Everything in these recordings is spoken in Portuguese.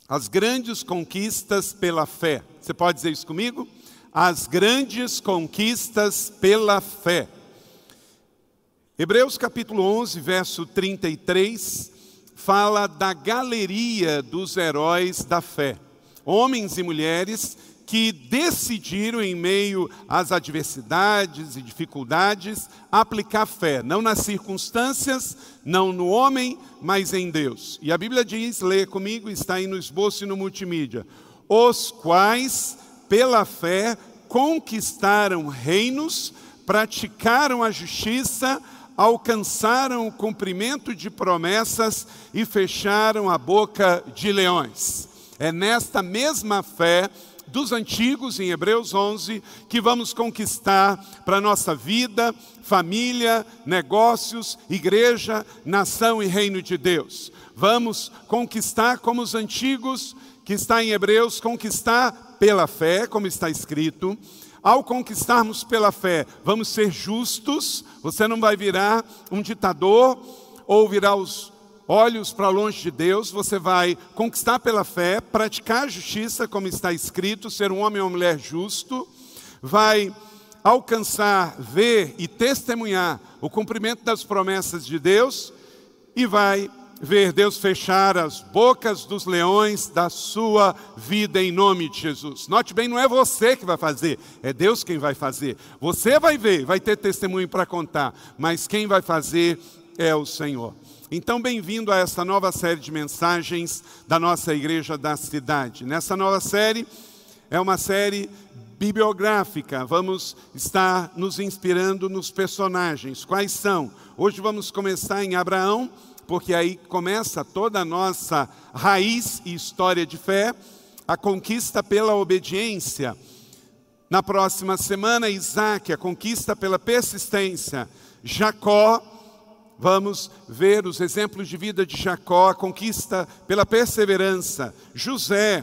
As grandes conquistas pela fé. Você pode dizer isso comigo? As grandes conquistas pela fé. Hebreus capítulo 11, verso 33, fala da galeria dos heróis da fé. Homens e mulheres que decidiram, em meio às adversidades e dificuldades, aplicar fé. Não nas circunstâncias, não no homem, mas em Deus. E a Bíblia diz, leia comigo, está aí no esboço e no multimídia. Os quais, pela fé, conquistaram reinos, praticaram a justiça, alcançaram o cumprimento de promessas e fecharam a boca de leões. É nesta mesma fé dos antigos, em Hebreus 11, que vamos conquistar para a nossa vida, família, negócios, igreja, nação e reino de Deus. Vamos conquistar como os antigos, que está em Hebreus, conquistar pela fé, como está escrito. Ao conquistarmos pela fé, vamos ser justos. Você não vai virar um ditador ou virar os olhos para longe de Deus. Você vai conquistar pela fé, praticar a justiça, como está escrito, ser um homem ou uma mulher justo. Vai alcançar, ver e testemunhar o cumprimento das promessas de Deus. E vai ver Deus fechar as bocas dos leões da sua vida em nome de Jesus. Note bem, não é você que vai fazer, é Deus quem vai fazer. Você vai ver, vai ter testemunho para contar, mas quem vai fazer é o Senhor. Então, bem-vindo a essa nova série de mensagens da nossa igreja da cidade. Nessa nova série, é uma série bibliográfica. Vamos estar nos inspirando nos personagens. Quais são? Hoje vamos começar em Abraão, porque aí começa toda a nossa raiz e história de fé, a conquista pela obediência. Na próxima semana, Isaac, a conquista pela persistência. Jacó, vamos ver os exemplos de vida de Jacó, a conquista pela perseverança. José,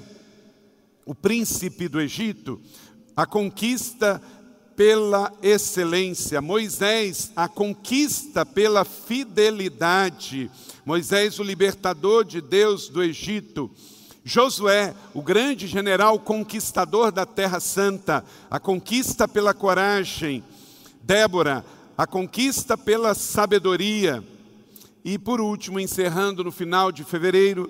o príncipe do Egito, a conquista pela excelência. Moisés, a conquista pela fidelidade. Moisés, o libertador de Deus do Egito. Josué, o grande general conquistador da Terra Santa, a conquista pela coragem. Débora, a conquista pela sabedoria. E por último, encerrando no final de fevereiro,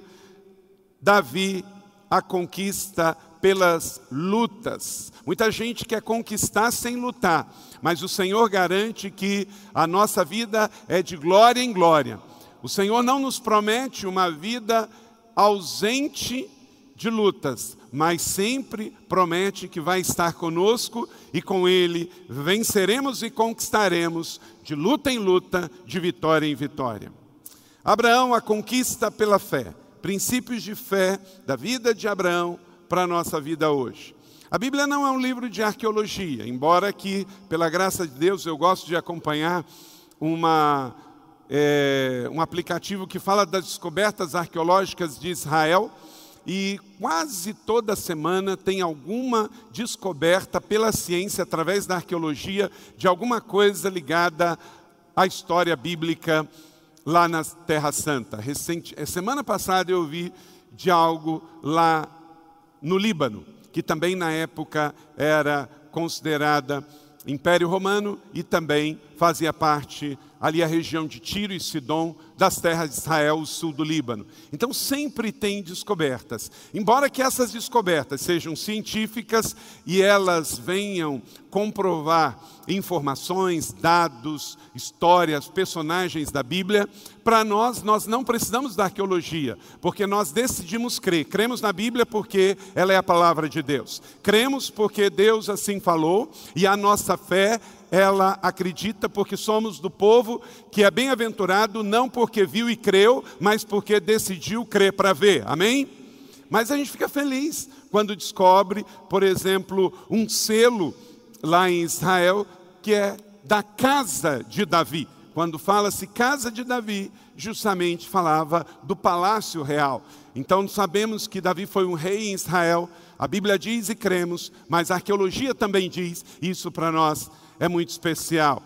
Davi, a conquista pelas lutas. Muita gente quer conquistar sem lutar, mas o Senhor garante que a nossa vida é de glória em glória. O Senhor não nos promete uma vida ausente de lutas, mas sempre promete que vai estar conosco e com Ele venceremos e conquistaremos de luta em luta, de vitória em vitória. Abraão, a conquista pela fé. Princípios de fé da vida de Abraão para a nossa vida hoje. A Bíblia não é um livro de arqueologia, embora que, pela graça de Deus, eu gosto de acompanhar um aplicativo que fala das descobertas arqueológicas de Israel, e quase toda semana tem alguma descoberta pela ciência, através da arqueologia, de alguma coisa ligada à história bíblica lá na Terra Santa. Semana passada eu vi de algo lá no Líbano, que também na época era considerada Império Romano e também fazia parte ali a região de Tiro e Sidom, das terras de Israel, o sul do Líbano. Então sempre tem descobertas. Embora que essas descobertas sejam científicas e elas venham comprovar informações, dados, histórias, personagens da Bíblia, para nós não precisamos da arqueologia, porque nós decidimos crer. Cremos na Bíblia porque ela é a palavra de Deus. Cremos porque Deus assim falou, e a nossa fé, ela acredita porque somos do povo que é bem-aventurado, não porque viu e creu, mas porque decidiu crer para ver. Amém? Mas a gente fica feliz quando descobre, por exemplo, um selo lá em Israel que é da casa de Davi. Quando fala-se casa de Davi, justamente falava do palácio real. Então sabemos que Davi foi um rei em Israel. A Bíblia diz e cremos, mas a arqueologia também diz, isso para nós é muito especial.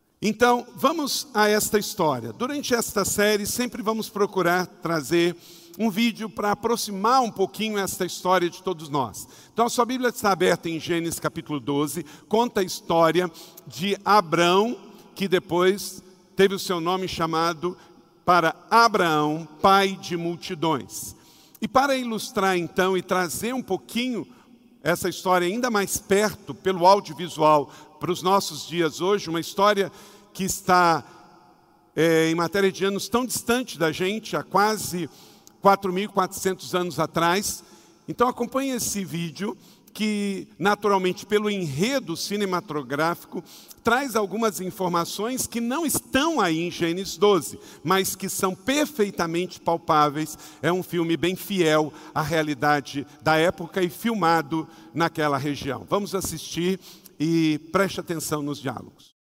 Então, vamos a esta história. Durante esta série, sempre vamos procurar trazer um vídeo para aproximar um pouquinho essa história de todos nós. Então a sua Bíblia está aberta em Gênesis capítulo 12, conta a história de Abrão, que depois teve o seu nome chamado para Abraão, pai de multidões. E para ilustrar então e trazer um pouquinho essa história ainda mais perto, pelo audiovisual, para os nossos dias hoje, uma história que está em matéria de anos tão distante da gente, há quase 4.400 anos atrás. Então acompanhe esse vídeo, que naturalmente pelo enredo cinematográfico traz algumas informações que não estão aí em Gênesis 12, mas que são perfeitamente palpáveis. É um filme bem fiel à realidade da época e filmado naquela região. Vamos assistir e preste atenção nos diálogos.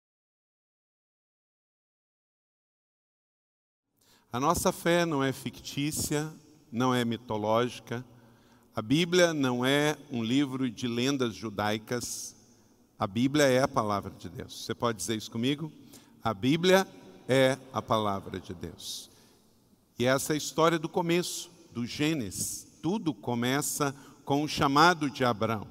A nossa fé não é fictícia, não é mitológica. A Bíblia não é um livro de lendas judaicas. A Bíblia é a palavra de Deus. Você pode dizer isso comigo? A Bíblia é a palavra de Deus. E essa é a história do começo, do Gênesis. Tudo começa com o chamado de Abrão.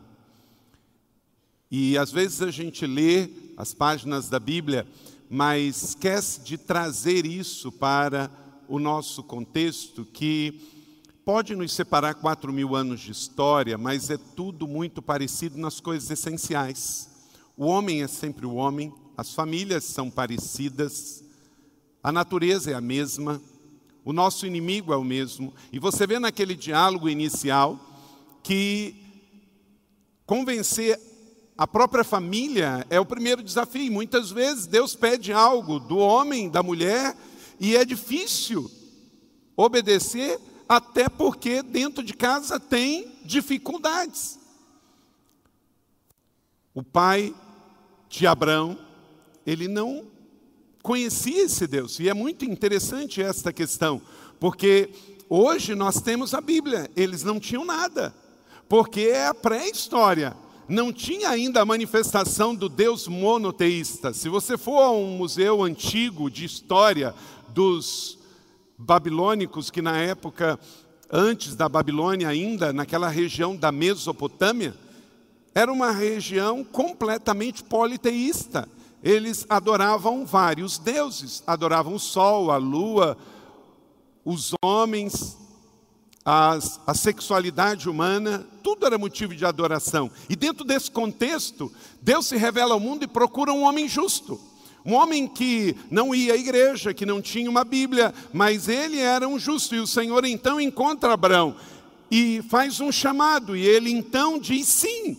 E às vezes a gente lê as páginas da Bíblia, mas esquece de trazer isso para o nosso contexto, que pode nos separar 4.000 anos de história, mas é tudo muito parecido nas coisas essenciais. O homem é sempre o homem, as famílias são parecidas, a natureza é a mesma, o nosso inimigo é o mesmo. E você vê naquele diálogo inicial que convencer a própria família é o primeiro desafio. E muitas vezes Deus pede algo do homem, da mulher, e é difícil obedecer, até porque dentro de casa tem dificuldades. O pai de Abrão, ele não conhecia esse Deus. E é muito interessante esta questão, porque hoje nós temos a Bíblia, eles não tinham nada, porque é a pré-história. Não tinha ainda a manifestação do Deus monoteísta. Se você for a um museu antigo de história dos babilônicos, que na época, antes da Babilônia ainda, naquela região da Mesopotâmia, era uma região completamente politeísta. Eles adoravam vários deuses, adoravam o sol, a lua, os homens, a sexualidade humana, tudo era motivo de adoração. E dentro desse contexto, Deus se revela ao mundo e procura um homem justo. Um homem que não ia à igreja, que não tinha uma Bíblia, mas ele era um justo. E o Senhor então encontra Abrão e faz um chamado, e ele então diz sim.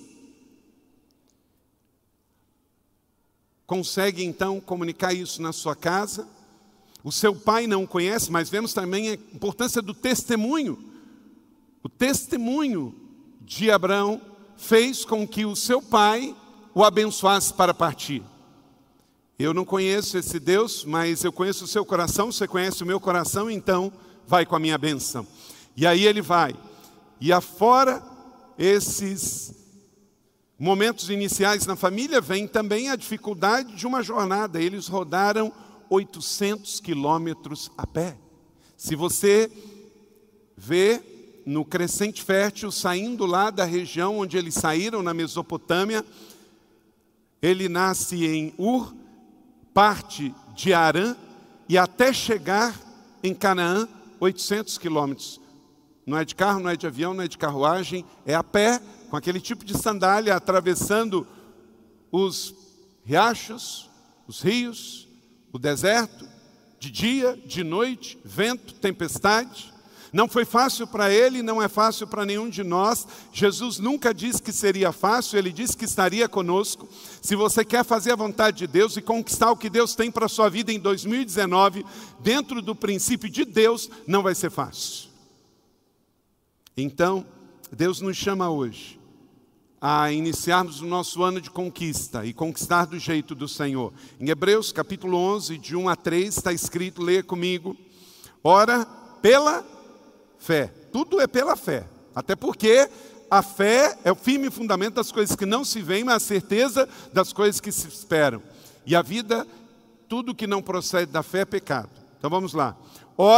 Consegue então comunicar isso na sua casa. O seu pai não conhece, mas vemos também a importância do testemunho. O testemunho de Abrão fez com que o seu pai o abençoasse para partir. Eu não conheço esse Deus, mas eu conheço o seu coração, você conhece o meu coração, então vai com a minha bênção. E aí ele vai. E afora esses momentos iniciais na família, vem também a dificuldade de uma jornada. Eles rodaram 800 quilômetros a pé. Se você vê no Crescente Fértil, saindo lá da região onde eles saíram, na Mesopotâmia, ele nasce em Ur, parte de Arã, e até chegar em Canaã, 800 quilômetros. Não é de carro, não é de avião, não é de carruagem, é a pé, com aquele tipo de sandália, atravessando os riachos, os rios, o deserto, de dia, de noite, vento, tempestade. Não foi fácil para ele, não é fácil para nenhum de nós. Jesus nunca disse que seria fácil, ele disse que estaria conosco. Se você quer fazer a vontade de Deus e conquistar o que Deus tem para a sua vida em 2019, dentro do princípio de Deus, não vai ser fácil. Então, Deus nos chama hoje a iniciarmos o nosso ano de conquista e conquistar do jeito do Senhor. Em Hebreus capítulo 11, de 1 a 3, está escrito, leia comigo: ora, pela fé. Tudo é pela fé. Até porque a fé é o firme fundamento das coisas que não se veem, mas a certeza das coisas que se esperam. E a vida, tudo que não procede da fé é pecado. Então vamos lá. Ora,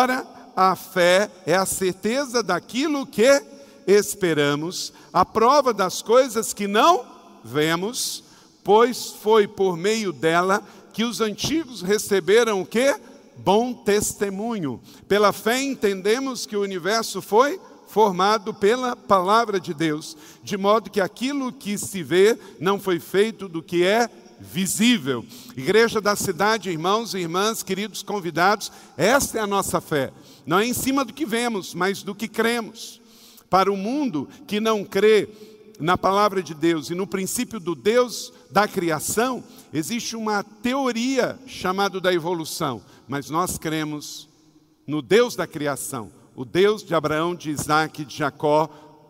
a fé é a certeza daquilo que esperamos, a prova das coisas que não vemos, pois foi por meio dela que os antigos receberam o quê? Bom testemunho. Pela fé entendemos que o universo foi formado pela palavra de Deus, de modo que aquilo que se vê não foi feito do que é visível. Igreja da cidade, irmãos e irmãs, queridos convidados, esta é a nossa fé. Não é em cima do que vemos, mas do que cremos. Para o mundo que não crê na palavra de Deus e no princípio do Deus da criação, existe uma teoria chamada da evolução, mas nós cremos no Deus da criação, o Deus de Abraão, de Isaac, de Jacó,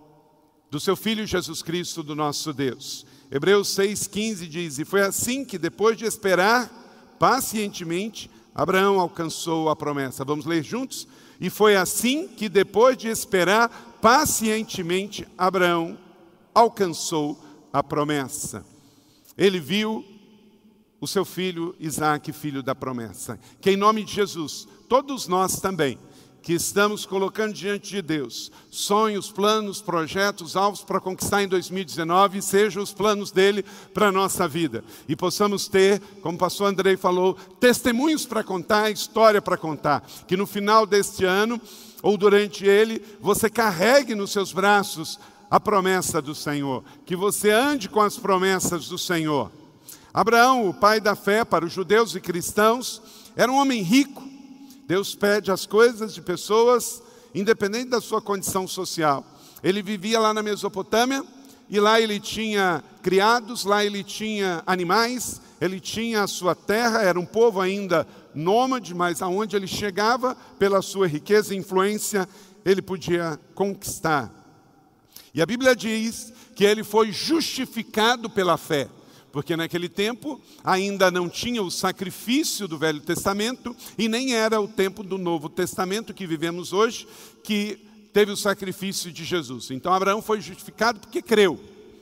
do seu Filho Jesus Cristo, do nosso Deus. Hebreus 6,15 diz: e foi assim que depois de esperar pacientemente, Abraão alcançou a promessa. Vamos ler juntos? E foi assim que depois de esperar pacientemente, Abraão alcançou a promessa. Ele viu o seu filho Isaac, filho da promessa. Que em nome de Jesus, todos nós também, que estamos colocando diante de Deus sonhos, planos, projetos, alvos para conquistar em 2019, sejam os planos dele para a nossa vida. E possamos ter, como o pastor Andrei falou, testemunhos para contar, história para contar. Que no final deste ano, ou durante ele, você carregue nos seus braços a promessa do Senhor. Que você ande com as promessas do Senhor. Abraão, o pai da fé para os judeus e cristãos, era um homem rico. Deus pede as coisas de pessoas, independente da sua condição social. Ele vivia lá na Mesopotâmia, e lá ele tinha criados, lá ele tinha animais, ele tinha a sua terra, era um povo ainda nômade, mas aonde ele chegava, pela sua riqueza e influência, ele podia conquistar. E a Bíblia diz que ele foi justificado pela fé. Porque naquele tempo ainda não tinha o sacrifício do Velho Testamento e nem era o tempo do Novo Testamento que vivemos hoje, que teve o sacrifício de Jesus. Então Abraão foi justificado porque creu.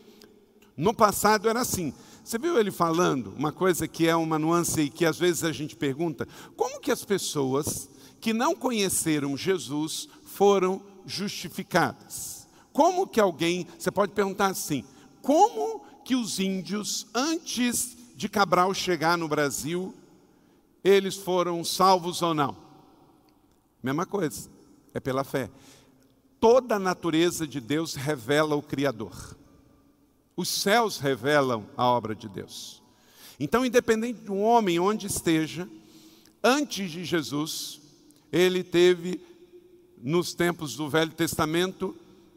No passado era assim. Você viu ele falando uma coisa que é uma nuance e que às vezes a gente pergunta: como que as pessoas que não conheceram Jesus foram justificadas? Como que alguém, você pode perguntar assim, como que os índios, antes de Cabral chegar no Brasil, eles foram salvos ou não? Mesma coisa, é pela fé. Toda a natureza de Deus revela o Criador. Os céus revelam a obra de Deus. Então, independente do homem onde esteja, antes de Jesus, ele teve, nos tempos do Velho Testamento,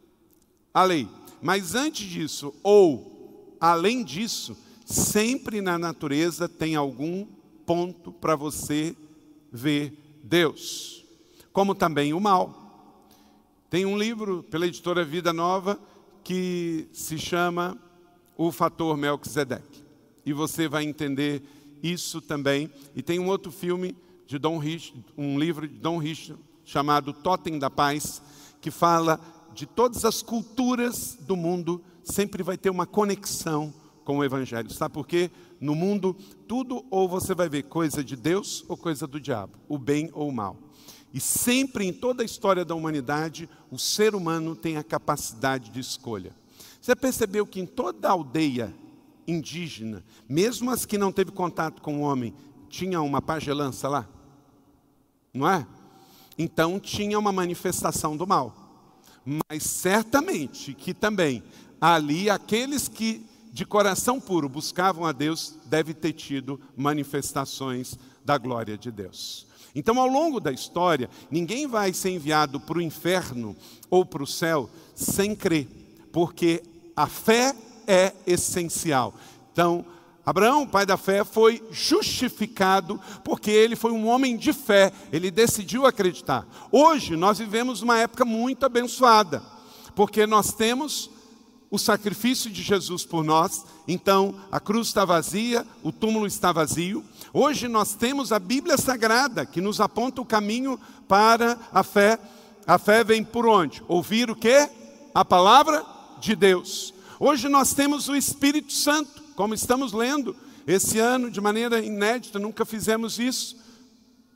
a lei. Mas antes disso, ou além disso, sempre na natureza tem algum ponto para você ver Deus. Como também o mal. Tem um livro pela editora Vida Nova que se chama O Fator Melquisedeque. E você vai entender isso também. E tem um outro filme de Don Richard, um livro de Don Richard chamado Totem da Paz, que fala de todas as culturas do mundo. Sempre vai ter uma conexão com o Evangelho. Sabe por quê? No mundo, tudo ou você vai ver coisa de Deus ou coisa do diabo, o bem ou o mal. E sempre em toda a história da humanidade, o ser humano tem a capacidade de escolha. Você percebeu que em toda a aldeia indígena, mesmo as que não teve contato com o homem, tinha uma pagelança lá? Não é? Então tinha uma manifestação do mal. Mas certamente que também ali aqueles que de coração puro buscavam a Deus devem ter tido manifestações da glória de Deus. Então, ao longo da história, ninguém vai ser enviado para o inferno ou para o céu sem crer, porque a fé é essencial. Então, Abraão, pai da fé, foi justificado porque ele foi um homem de fé, ele decidiu acreditar. Hoje nós vivemos uma época muito abençoada, porque nós temos o sacrifício de Jesus por nós, então a cruz está vazia, o túmulo está vazio. Hoje nós temos a Bíblia Sagrada, que nos aponta o caminho para a fé. A fé vem por onde? Ouvir o quê? A palavra de Deus. Hoje nós temos o Espírito Santo, como estamos lendo esse ano de maneira inédita, nunca fizemos isso.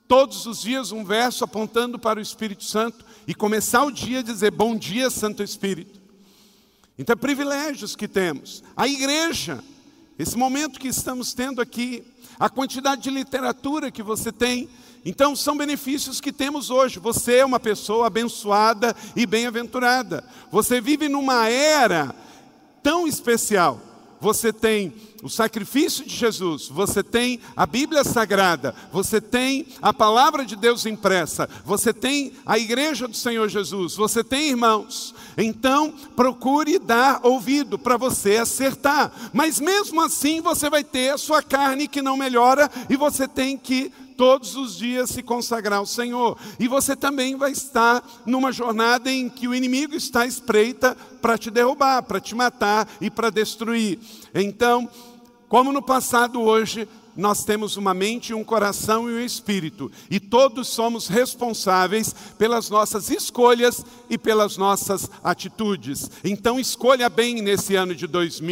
todos os dias um verso apontando para o Espírito Santo e começar o dia a dizer: bom dia, Santo Espírito. Então, privilégios que temos. A igreja, esse momento que estamos tendo aqui, a quantidade de literatura que você tem. Então, são benefícios que temos hoje. Você é uma pessoa abençoada e bem-aventurada. Você vive numa era tão especial. Você tem o sacrifício de Jesus, você tem a Bíblia Sagrada, você tem a Palavra de Deus impressa, você tem a Igreja do Senhor Jesus, você tem irmãos. Então, procure dar ouvido para você acertar. Mas mesmo assim, você vai ter a sua carne que não melhora e você tem que todos os dias se consagrar ao Senhor. E você também vai estar numa jornada em que o inimigo está à espreita para te derrubar, para te matar e para destruir. Então, como no passado, hoje, nós temos uma mente, um coração e um espírito. E todos somos responsáveis pelas nossas escolhas e pelas nossas atitudes. Então escolha bem nesse ano de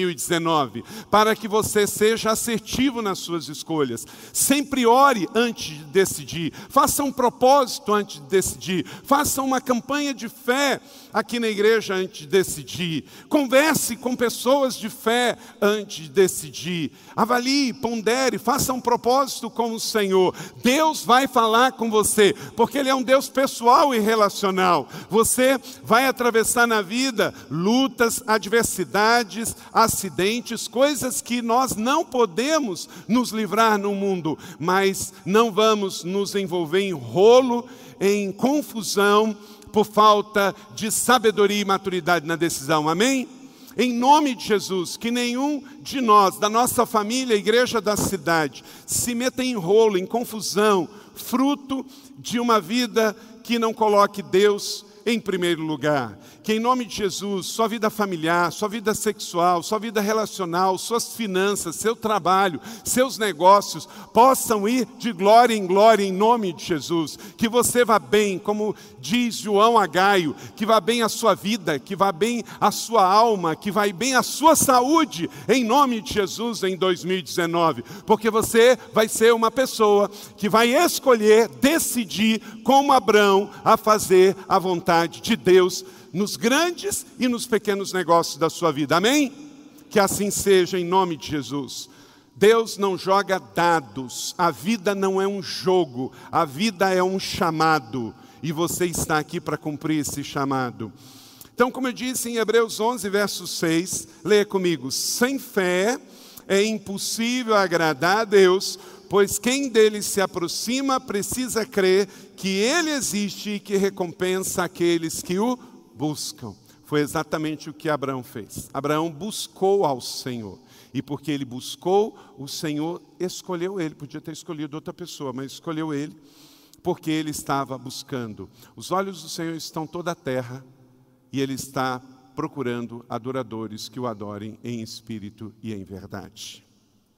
2019, para que você seja assertivo nas suas escolhas. Sempre ore antes de decidir. Faça um propósito antes de decidir. Faça uma campanha de fé aqui na igreja antes de decidir. Converse com pessoas de fé antes de decidir. Avalie, pondere, faça um propósito com o Senhor. Deus vai falar com você, porque Ele é um Deus pessoal e relacional. Você vai atravessar na vida lutas, adversidades, acidentes, coisas que nós não podemos nos livrar no mundo, mas não vamos nos envolver em rolo, em confusão, por falta de sabedoria e maturidade na decisão. Amém? Em nome de Jesus, que nenhum de nós, da nossa família, igreja da cidade, se meta em rolo, em confusão, fruto de uma vida que não coloque Deus em primeiro lugar. Que em nome de Jesus, sua vida familiar, sua vida sexual, sua vida relacional, suas finanças, seu trabalho, seus negócios, possam ir de glória em glória em nome de Jesus. Que você vá bem, como diz João a Gaio, que vá bem a sua vida, que vá bem a sua alma, que vá bem a sua saúde, em nome de Jesus em 2019. Porque você vai ser uma pessoa que vai escolher, decidir, como Abraão, a fazer a vontade de Deus nos grandes e nos pequenos negócios da sua vida. Amém? Que assim seja em nome de Jesus. Deus não joga dados. A vida não é um jogo. A vida é um chamado. E você está aqui para cumprir esse chamado. Então, como eu disse em Hebreus 11, verso 6, leia comigo. Sem fé é impossível agradar a Deus, pois quem dele se aproxima precisa crer que ele existe e que recompensa aqueles que o buscam. Foi exatamente o que Abraão fez. Abraão buscou ao Senhor. E porque ele buscou, o Senhor escolheu ele. Podia ter escolhido outra pessoa, mas escolheu ele porque ele estava buscando. Os olhos do Senhor estão toda a terra e ele está procurando adoradores que o adorem em espírito e em verdade.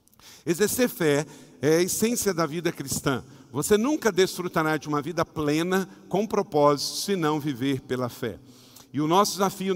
Exercer fé é a essência da vida cristã. Você nunca desfrutará de uma vida plena com propósito se não viver pela fé. E o nosso desafio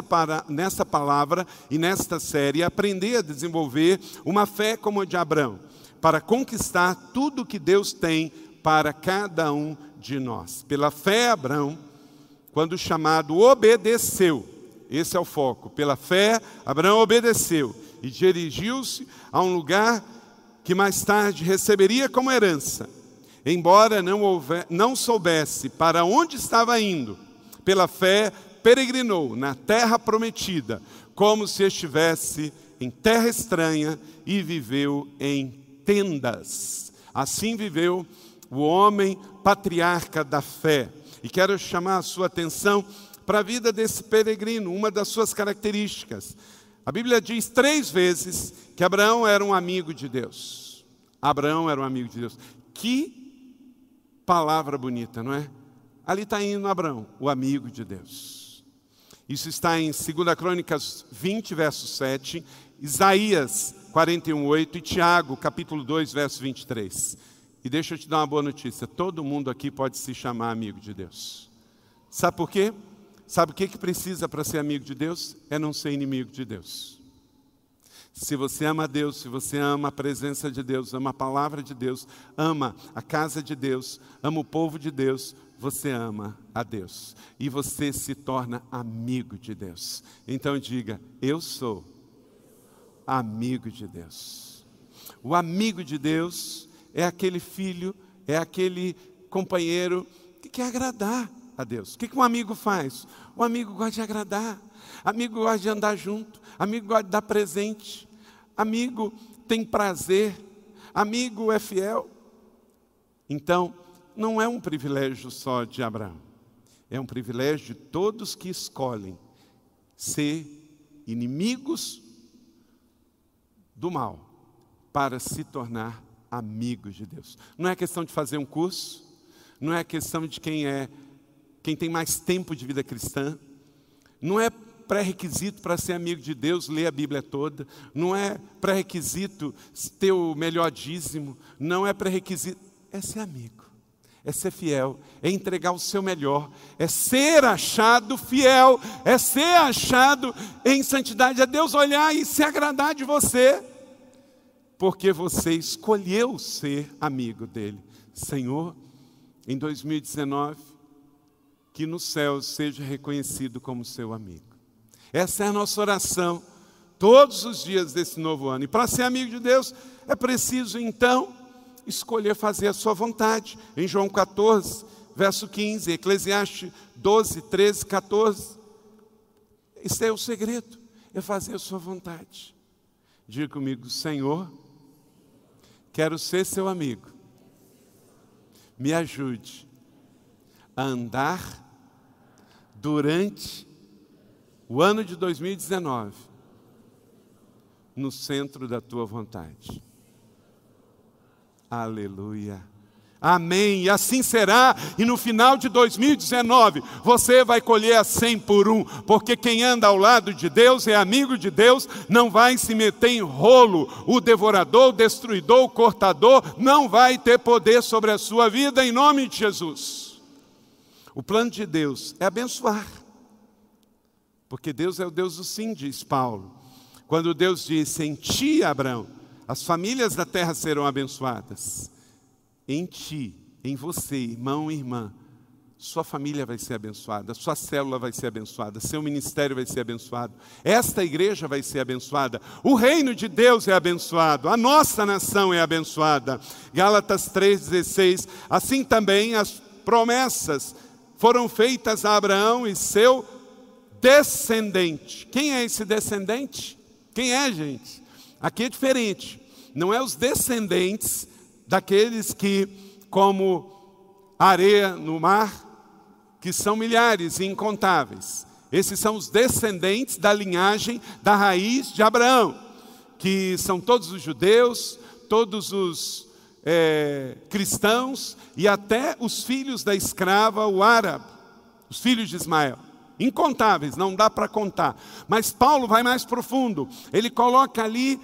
nesta palavra e nesta série é aprender a desenvolver uma fé como a de Abraão, para conquistar tudo que Deus tem para cada um de nós. Pela fé, Abraão, quando chamado, obedeceu. Esse é o foco. Pela fé, Abraão obedeceu e dirigiu-se a um lugar que mais tarde receberia como herança. Embora não soubesse para onde estava indo, pela fé peregrinou na terra prometida, como se estivesse em terra estranha, e viveu em tendas. Assim viveu o homem patriarca da fé. E quero chamar a sua atenção para a vida desse peregrino, uma das suas características. A Bíblia diz 3 vezes que Abraão era um amigo de Deus. Abraão era um amigo de Deus. Que palavra bonita, não é? Ali está indo Abraão, o amigo de Deus. Isso está em 2 Crônicas 20, verso 7, Isaías 41, 8 e Tiago, capítulo 2, verso 23. E deixa eu te dar uma boa notícia, todo mundo aqui pode se chamar amigo de Deus. Sabe por quê? Sabe o que precisa para ser amigo de Deus? É não ser inimigo de Deus. Se você ama a Deus, se você ama a presença de Deus, ama a palavra de Deus, ama a casa de Deus, ama o povo de Deus, você ama a Deus. E você se torna amigo de Deus. Então diga, eu sou amigo de Deus. O amigo de Deus é aquele filho, é aquele companheiro que quer agradar a Deus. O que um amigo faz? O amigo gosta de agradar. Amigo gosta de andar junto. Amigo gosta de dar presente. Amigo tem prazer. Amigo é fiel. Então, não é um privilégio só de Abraão. É um privilégio de todos que escolhem ser inimigos do mal para se tornar amigos de Deus. Não é questão de fazer um curso. Não é questão de quem tem mais tempo de vida cristã. Não é pré-requisito para ser amigo de Deus ler a Bíblia toda. Não é pré-requisito ter o melhor dízimo. Não é pré-requisito. É ser amigo. É ser fiel. É entregar o seu melhor. É ser achado fiel. É ser achado em santidade. É Deus olhar e se agradar de você. Porque você escolheu ser amigo dele. Senhor, em 2019, que no céu seja reconhecido como seu amigo. Essa é a nossa oração, todos os dias desse novo ano. E para ser amigo de Deus, é preciso então, escolher fazer a sua vontade. Em João 14, verso 15, Eclesiastes 12, 13, 14. Esse é o segredo, é fazer a sua vontade. Diga comigo, Senhor, quero ser seu amigo. Me ajude a andar durante o ano de 2019 no centro da tua vontade. Aleluia. Amém. E assim será. E no final de 2019, você vai colher a 100 por 1. Porque quem anda ao lado de Deus, é amigo de Deus, não vai se meter em rolo. O devorador, o destruidor, o cortador, não vai ter poder sobre a sua vida, em nome de Jesus. O plano de Deus é abençoar. Porque Deus é o Deus do sim, diz Paulo. Quando Deus disse, em ti, Abraão, as famílias da terra serão abençoadas. Em ti, em você, irmão e irmã, sua família vai ser abençoada, sua célula vai ser abençoada, seu ministério vai ser abençoado, esta igreja vai ser abençoada, o reino de Deus é abençoado, a nossa nação é abençoada. Gálatas 3,16, assim também as promessas foram feitas a Abraão e seu descendente. Quem é esse descendente? Quem é, gente? Aqui é diferente, não é os descendentes daqueles que, como areia no mar, que são milhares e incontáveis. Esses são os descendentes da linhagem, da raiz de Abraão, que são todos os judeus, todos os cristãos e até os filhos da escrava, o árabe, os filhos de Ismael. Incontáveis, não dá para contar. Mas Paulo vai mais profundo. Ele coloca ali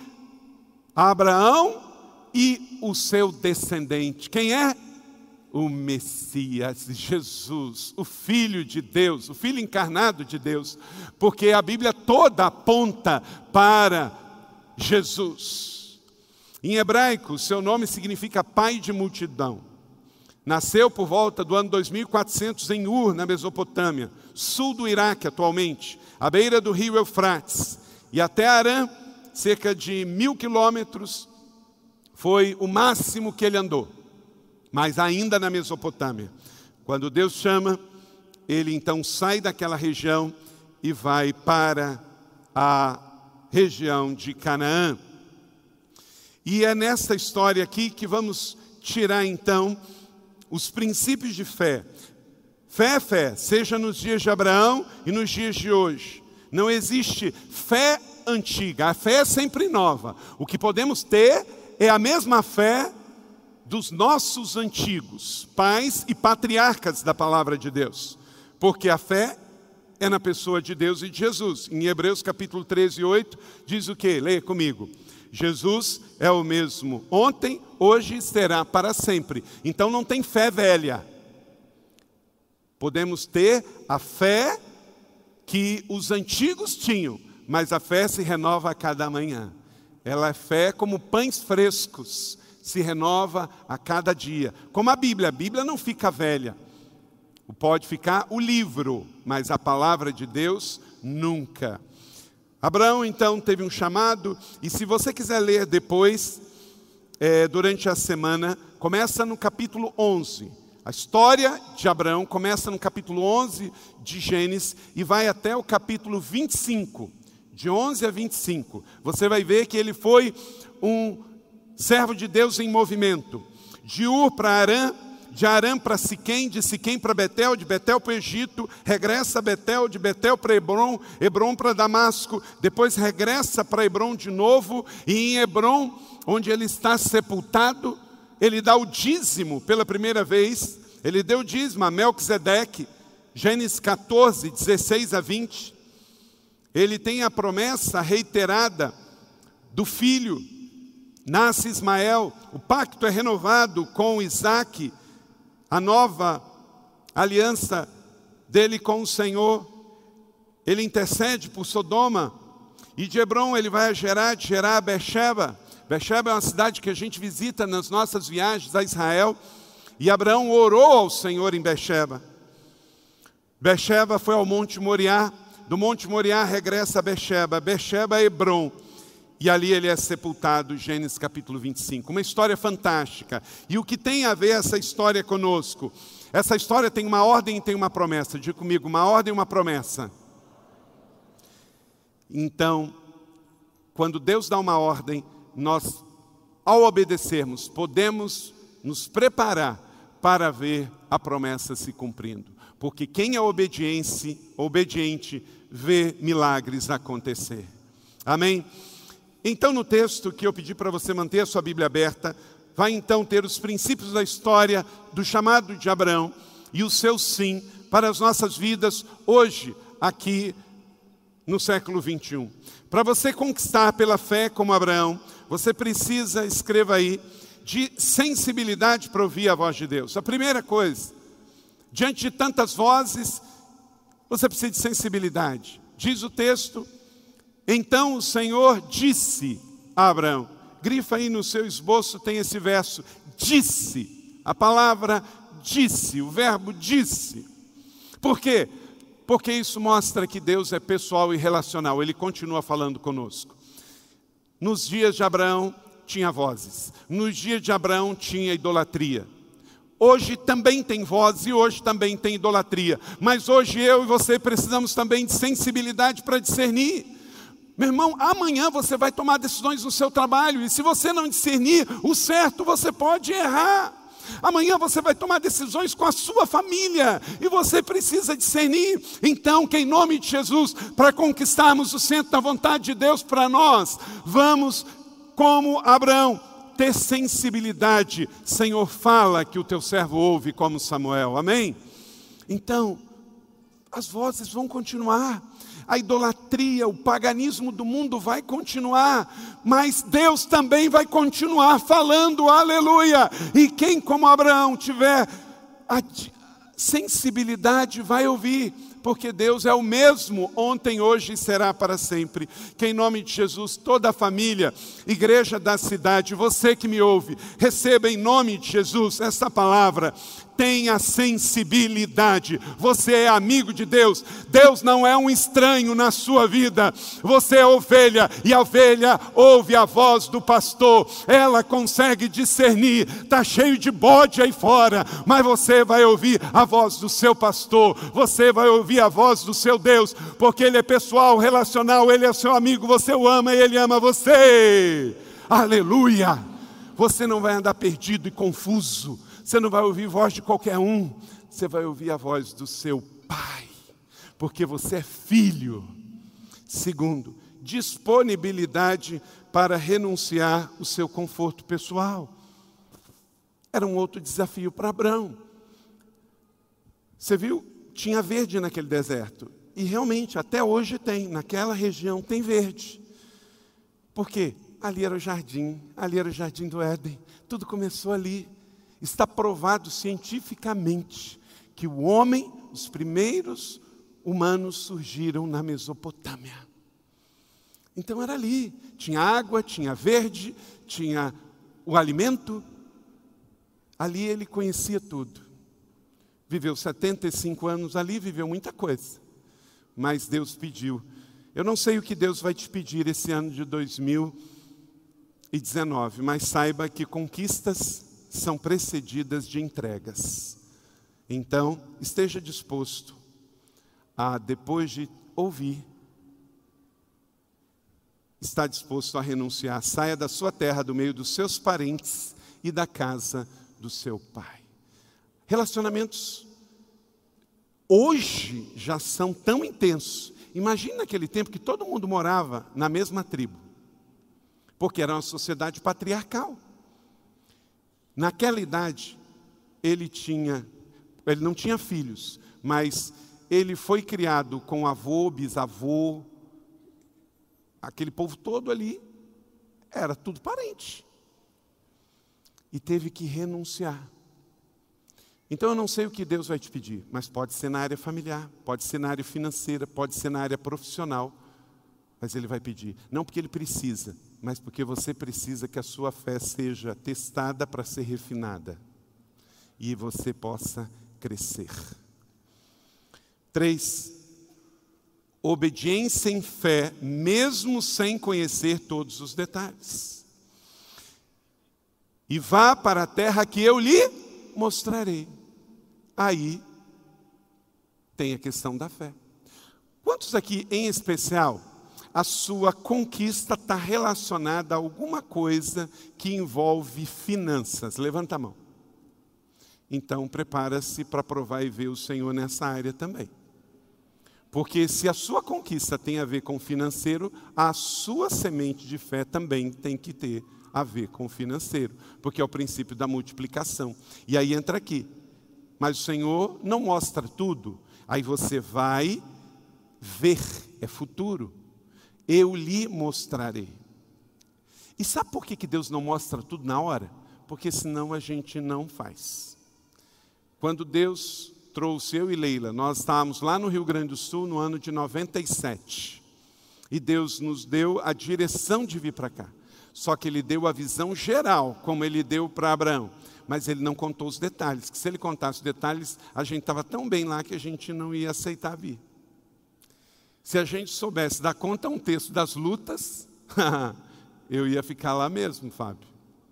Abraão e o seu descendente. Quem é? O Messias, Jesus, o Filho de Deus, o Filho encarnado de Deus. Porque a Bíblia toda aponta para Jesus. Em hebraico, seu nome significa pai de multidão. Nasceu por volta do ano 2400 em Ur, na Mesopotâmia, sul do Iraque atualmente, à beira do rio Eufrates. E até Harã, cerca de 1000 quilômetros, foi o máximo que ele andou. Mas ainda na Mesopotâmia. Quando Deus chama, ele então sai daquela região e vai para a região de Canaã. E é nessa história aqui que vamos tirar então os princípios de fé. Fé é fé, seja nos dias de Abraão e nos dias de hoje. Não existe fé antiga, a fé é sempre nova. O que podemos ter é a mesma fé dos nossos antigos pais e patriarcas da palavra de Deus. Porque a fé é na pessoa de Deus e de Jesus. Em Hebreus capítulo 13, 8, diz o quê? Leia comigo. Jesus é o mesmo ontem, hoje e será para sempre. Então não tem fé velha. Podemos ter a fé que os antigos tinham, mas a fé se renova a cada manhã. Ela é fé como pães frescos, se renova a cada dia. Como a Bíblia não fica velha. Pode ficar o livro, mas a palavra de Deus nunca. Abraão então teve um chamado, e se você quiser ler depois, durante a semana, começa no capítulo 11. A história de Abraão começa no capítulo 11 de Gênesis e vai até o capítulo 25, de 11 a 25. Você vai ver que ele foi um servo de Deus em movimento. De Ur para Arã, de Arã para Siquém, de Siquém para Betel, de Betel para o Egito, regressa a Betel, de Betel para Hebrom, Hebrom para Damasco, depois regressa para Hebrom de novo, e em Hebrom, onde ele está sepultado, ele dá o dízimo pela primeira vez. Ele deu o dízimo a Melquisedeque, Gênesis 14, 16 a 20. Ele tem a promessa reiterada do filho, nasce Ismael, o pacto é renovado com Isaque, a nova aliança dele com o Senhor. Ele intercede por Sodoma, e de Hebrom ele vai gerar a Beersheba. Beersheba é uma cidade que a gente visita nas nossas viagens a Israel, e Abraão orou ao Senhor em Beersheba. Beersheba foi ao Monte Moriá, do Monte Moriá regressa a Beersheba, Beersheba é Hebrom, e ali ele é sepultado, Gênesis capítulo 25. Uma história fantástica. E o que tem a ver essa história conosco? Essa história tem uma ordem e tem uma promessa. Diga comigo, uma ordem e uma promessa. Então, quando Deus dá uma ordem, nós, ao obedecermos, podemos nos preparar para ver a promessa se cumprindo. Porque quem é obediente vê milagres acontecer. Amém? Então, no texto que eu pedi para você manter a sua Bíblia aberta, vai então ter os princípios da história do chamado de Abraão e o seu sim para as nossas vidas hoje, aqui no século 21. Para você conquistar pela fé como Abraão, você precisa, escreva aí, de sensibilidade para ouvir a voz de Deus. A primeira coisa, diante de tantas vozes, você precisa de sensibilidade. Diz o texto: então o Senhor disse a Abraão. Grifa aí no seu esboço, tem esse verso. Disse. A palavra disse, o verbo disse. Por quê? Porque isso mostra que Deus é pessoal e relacional. Ele continua falando conosco. Nos dias de Abraão tinha vozes. Nos dias de Abraão tinha idolatria. Hoje também tem voz e hoje também tem idolatria. Mas hoje eu e você precisamos também de sensibilidade para discernir. Meu irmão, amanhã você vai tomar decisões no seu trabalho, e se você não discernir o certo, você pode errar. Amanhã você vai tomar decisões com a sua família, e você precisa discernir. Então, que em nome de Jesus, para conquistarmos o centro da vontade de Deus para nós, vamos, como Abraão, ter sensibilidade. Senhor, fala que o teu servo ouve como Samuel, amém? Então, as vozes vão continuar. A idolatria, o paganismo do mundo vai continuar, mas Deus também vai continuar falando, aleluia. E quem como Abraão tiver a sensibilidade vai ouvir, porque Deus é o mesmo ontem, hoje e será para sempre. Que em nome de Jesus, toda a família, igreja da cidade, você que me ouve, receba em nome de Jesus essa palavra. Tenha sensibilidade. Você é amigo de Deus. Deus não é um estranho na sua vida. Você é ovelha, e a ovelha ouve a voz do pastor. Ela consegue discernir. Está cheio de bode aí fora, mas você vai ouvir a voz do seu pastor. Você vai ouvir a voz do seu Deus, porque Ele é pessoal, relacional. Ele é seu amigo, você o ama e Ele ama você. Aleluia. Você não vai andar perdido e confuso. Você não vai ouvir voz de qualquer um. Você vai ouvir a voz do seu Pai, porque você é filho. Segundo, disponibilidade para renunciar o seu conforto pessoal. Era um outro desafio para Abraão. Você viu? Tinha verde naquele deserto. E realmente, até hoje tem. Naquela região tem verde. Por quê? Ali era o jardim do Éden. Tudo começou ali. Está provado cientificamente que o homem, os primeiros humanos surgiram na Mesopotâmia. Então era ali, tinha água, tinha verde, tinha o alimento. Ali ele conhecia tudo. Viveu 75 anos ali, viveu muita coisa. Mas Deus pediu. Eu não sei o que Deus vai te pedir esse ano de 2019, mas saiba que conquistas são precedidas de entregas. Então, esteja disposto a, depois de ouvir, estar disposto a renunciar. Saia da sua terra, do meio dos seus parentes e da casa do seu pai. Relacionamentos hoje já são tão intensos. Imagina naquele tempo que todo mundo morava na mesma tribo, porque era uma sociedade patriarcal. Naquela idade, ele não tinha filhos, mas ele foi criado com avô, bisavô, aquele povo todo ali, era tudo parente. E teve que renunciar. Então eu não sei o que Deus vai te pedir, mas pode ser na área familiar, pode ser na área financeira, pode ser na área profissional. Mas Ele vai pedir, não porque Ele precisa, mas porque você precisa que a sua fé seja testada para ser refinada. E você possa crescer. 3. Obediência em fé, mesmo sem conhecer todos os detalhes. E vá para a terra que eu lhe mostrarei. Aí tem a questão da fé. Quantos aqui, em especial, a sua conquista está relacionada a alguma coisa que envolve finanças? Levanta a mão. Então, prepara-se para provar e ver o Senhor nessa área também. Porque se a sua conquista tem a ver com financeiro, a sua semente de fé também tem que ter a ver com financeiro. Porque é o princípio da multiplicação. E aí entra aqui. Mas o Senhor não mostra tudo. Aí você vai ver, é futuro. Eu lhe mostrarei. E sabe por que Deus não mostra tudo na hora? Porque senão a gente não faz. Quando Deus trouxe eu e Leila, nós estávamos lá no Rio Grande do Sul no ano de 97. E Deus nos deu a direção de vir para cá. Só que Ele deu a visão geral, como Ele deu para Abraão. Mas Ele não contou os detalhes, que se Ele contasse os detalhes, a gente estava tão bem lá que a gente não ia aceitar vir. Se a gente soubesse dar conta a um texto das lutas, eu ia ficar lá mesmo, Fábio.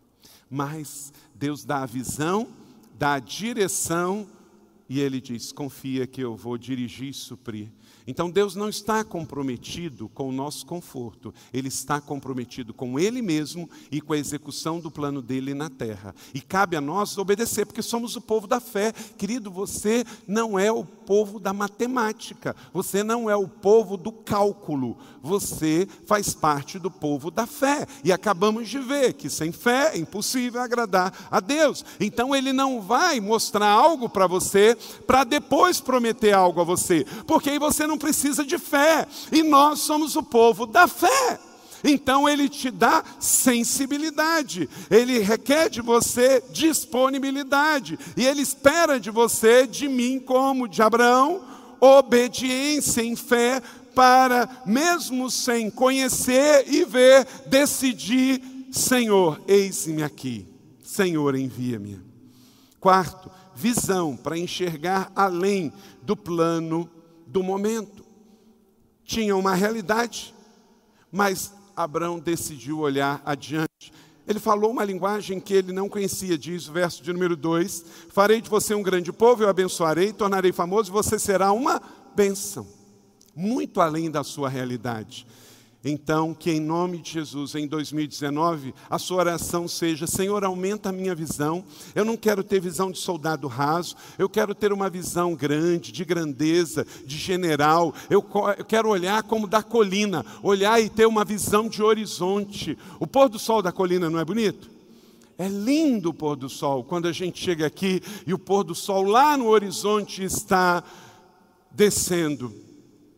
Mas Deus dá a visão, dá a direção, e Ele diz, confia que eu vou dirigir e suprir. Então Deus não está comprometido com o nosso conforto, Ele está comprometido com Ele mesmo e com a execução do plano dEle na terra. E cabe a nós obedecer, porque somos o povo da fé. Querido, você não é o povo da matemática, você não é o povo do cálculo, você faz parte do povo da fé. E acabamos de ver que sem fé é impossível agradar a Deus. Então Ele não vai mostrar algo para você, para depois prometer algo a você, porque aí você não precisa de fé, e nós somos o povo da fé. Então Ele te dá sensibilidade, Ele requer de você disponibilidade, e Ele espera de você, de mim como de Abraão, obediência em fé, para mesmo sem conhecer e ver, decidir, Senhor, eis-me aqui, Senhor, envia-me. 4, visão para enxergar além do plano do momento. Tinha uma realidade, mas Abraão decidiu olhar adiante. Ele falou uma linguagem que ele não conhecia, diz o verso de número 2, farei de você um grande povo, eu abençoarei, tornarei famoso, e você será uma bênção, muito além da sua realidade. Então, que em nome de Jesus, em 2019, a sua oração seja, Senhor, aumenta a minha visão. Eu não quero ter visão de soldado raso, eu quero ter uma visão grande, de grandeza, de general. Eu quero olhar como da colina, olhar e ter uma visão de horizonte. O pôr do sol da colina não é bonito? É lindo o pôr do sol, quando a gente chega aqui e o pôr do sol lá no horizonte está descendo.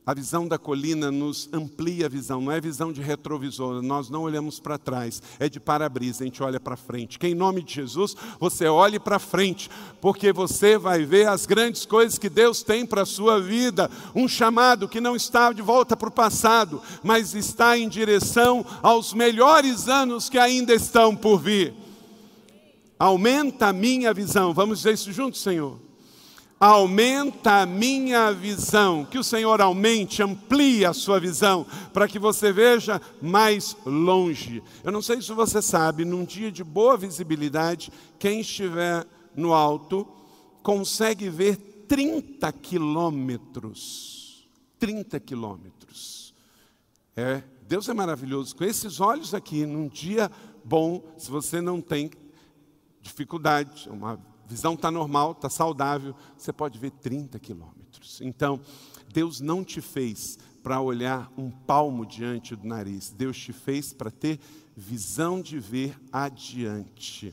A visão da colina nos amplia a visão, não é visão de retrovisor, nós não olhamos para trás, é de para-brisa, a gente olha para frente. Que em nome de Jesus, você olhe para frente, porque você vai ver as grandes coisas que Deus tem para a sua vida. Um chamado que não está de volta para o passado, mas está em direção aos melhores anos que ainda estão por vir. Aumenta a minha visão, vamos dizer isso juntos, Senhor? Aumenta a minha visão, que o Senhor aumente, amplie a sua visão, para que você veja mais longe. Eu não sei se você sabe, num dia de boa visibilidade, quem estiver no alto, consegue ver 30 quilômetros. 30 quilômetros. Deus é maravilhoso. Com esses olhos aqui, num dia bom, se você não tem dificuldade, uma visão está normal, está saudável, você pode ver 30 quilômetros. Então, Deus não te fez para olhar um palmo diante do nariz. Deus te fez para ter visão de ver adiante.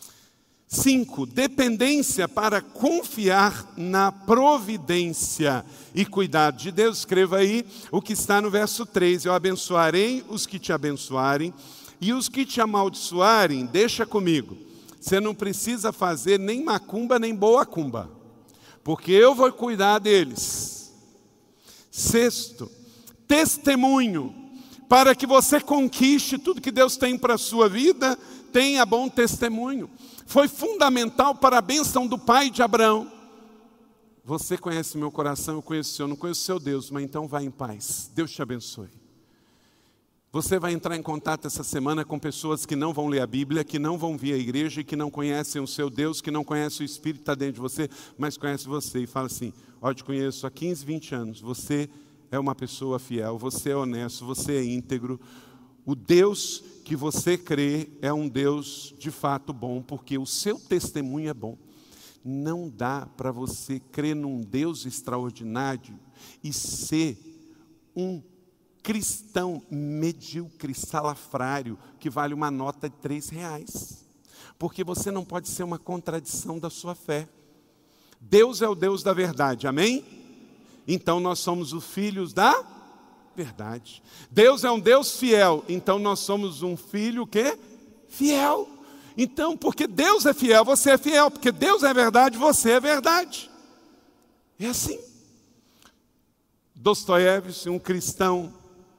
5, dependência para confiar na providência e cuidado de Deus. Escreva aí o que está no verso 3. Eu abençoarei os que te abençoarem, e os que te amaldiçoarem, deixa comigo. Você não precisa fazer nem macumba, nem boa cumba, porque eu vou cuidar deles. 6, testemunho, para que você conquiste tudo que Deus tem para a sua vida, tenha bom testemunho. Foi fundamental para a bênção do pai de Abraão. Você conhece meu coração, eu conheço o seu, não conheço o seu Deus, mas então vá em paz. Deus te abençoe. Você vai entrar em contato essa semana com pessoas que não vão ler a Bíblia, que não vão vir à igreja, que não conhecem o seu Deus, que não conhecem o Espírito que está dentro de você, mas conhece você e fala assim: ó, eu te conheço há 15, 20 anos, você é uma pessoa fiel, você é honesto, você é íntegro. O Deus que você crê é um Deus de fato bom, porque o seu testemunho é bom. Não dá para você crer num Deus extraordinário e ser um cristão medíocre, salafrário, que vale uma nota de R$3. Porque você não pode ser uma contradição da sua fé. Deus é o Deus da verdade, amém? Então nós somos os filhos da verdade. Deus é um Deus fiel, então nós somos um filho que? Fiel. Então, porque Deus é fiel, você é fiel. Porque Deus é verdade, você é verdade. É assim. Dostoiévski, um cristão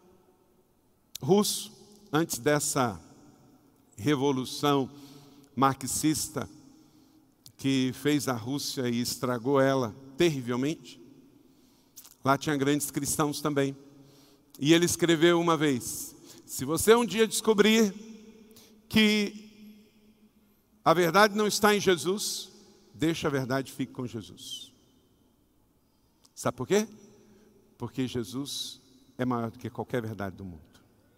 russo, antes dessa revolução marxista que fez a Rússia e estragou ela terrivelmente. Lá tinha grandes cristãos também. E ele escreveu uma vez: se você um dia descobrir que a verdade não está em Jesus, deixa a verdade e fique com Jesus. Sabe por quê? Porque Jesus é maior do que qualquer verdade do mundo.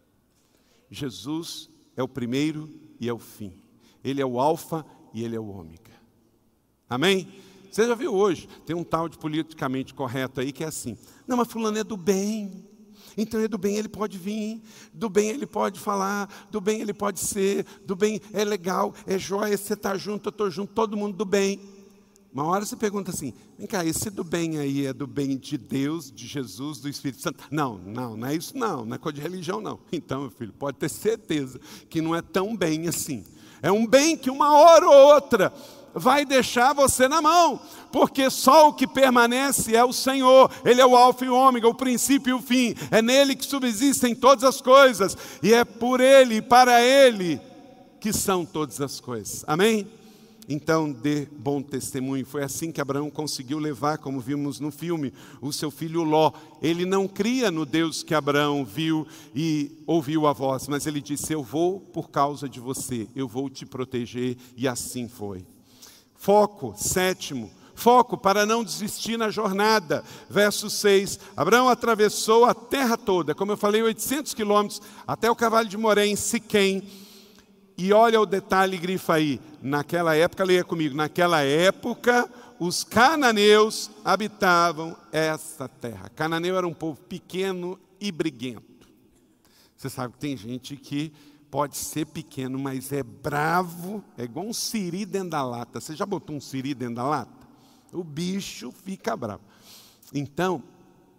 Jesus é o primeiro e é o fim. Ele é o alfa e ele é o ômega. Amém? Você já viu hoje, tem um tal de politicamente correto aí que é assim: não, mas fulano é do bem, então é do bem, ele pode vir, do bem ele pode falar, do bem ele pode ser, do bem é legal, é jóia, você está junto, eu estou junto, todo mundo do bem. Uma hora você pergunta assim: vem cá, esse do bem aí é do bem de Deus, de Jesus, do Espírito Santo? Não é isso não é coisa de religião não. Então, meu filho, pode ter certeza que não é tão bem assim. É um bem que uma hora ou outra vai deixar você na mão, porque só o que permanece é o Senhor. Ele é o alfa e o ômega, o princípio e o fim. É nele que subsistem todas as coisas, e é por ele e para ele que são todas as coisas. Amém? Então dê bom testemunho. Foi assim que Abraão conseguiu levar, como vimos no filme, o seu filho Ló. Ele não cria no Deus que Abraão viu e ouviu a voz, mas ele disse: eu vou por causa de você, eu vou te proteger, e assim foi. Foco, 7, foco para não desistir na jornada. Verso 6, Abraão atravessou a terra toda, como eu falei, 800 quilômetros, até o Cavalo de Moré, em Siquém. E olha o detalhe, grifa aí, naquela época, leia comigo, naquela época, os cananeus habitavam essa terra. Cananeu era um povo pequeno e briguento. Você sabe que tem gente que pode ser pequeno, mas é bravo, é igual um siri dentro da lata. Você já botou um siri dentro da lata? O bicho fica bravo. Então,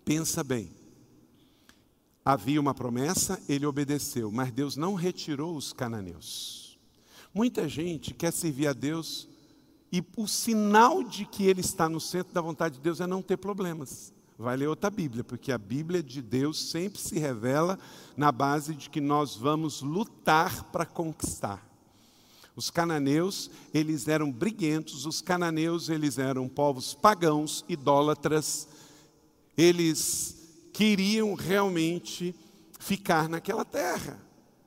Pensa bem. Havia uma promessa, ele obedeceu, mas Deus não retirou os cananeus. Muita gente quer servir a Deus e o sinal de que ele está no centro da vontade de Deus é não ter problemas. Vai ler outra Bíblia, porque a Bíblia de Deus sempre se revela na base de que nós vamos lutar para conquistar. Os cananeus, eles eram briguentos, os cananeus, eles eram povos pagãos, idólatras, eles queriam realmente ficar naquela terra.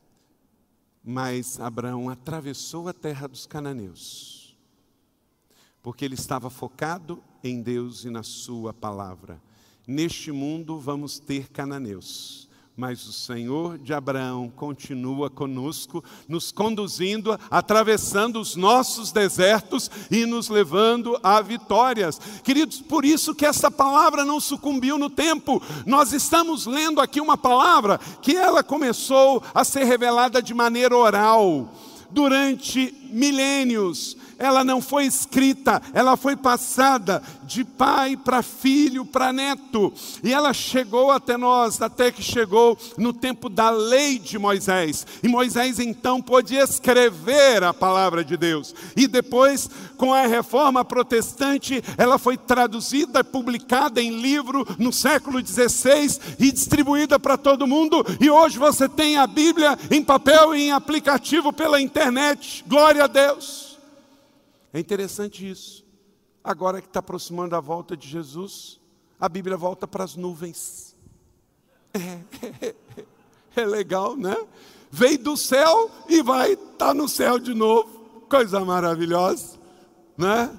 Mas Abraão atravessou a terra dos cananeus, porque ele estava focado em Deus e na sua palavra. Neste mundo vamos ter cananeus, mas o Senhor de Abraão continua conosco, nos conduzindo, atravessando os nossos desertos e nos levando a vitórias. Queridos, por isso que essa palavra não sucumbiu no tempo. Nós estamos lendo aqui uma palavra que ela começou a ser revelada de maneira oral durante milênios. Ela não foi escrita, ela foi passada de pai para filho, para neto. E ela chegou até nós, até que chegou no tempo da lei de Moisés. E Moisés então pôde escrever a palavra de Deus. E depois, com a reforma protestante, ela foi traduzida, publicada em livro no século XVI e distribuída para todo mundo. E hoje você tem a Bíblia em papel e em aplicativo pela internet. Glória a Deus. É interessante isso. Agora que está aproximando a volta de Jesus, a Bíblia volta para as nuvens. É legal, né? Veio do céu e vai estar no céu de novo. Coisa maravilhosa, né?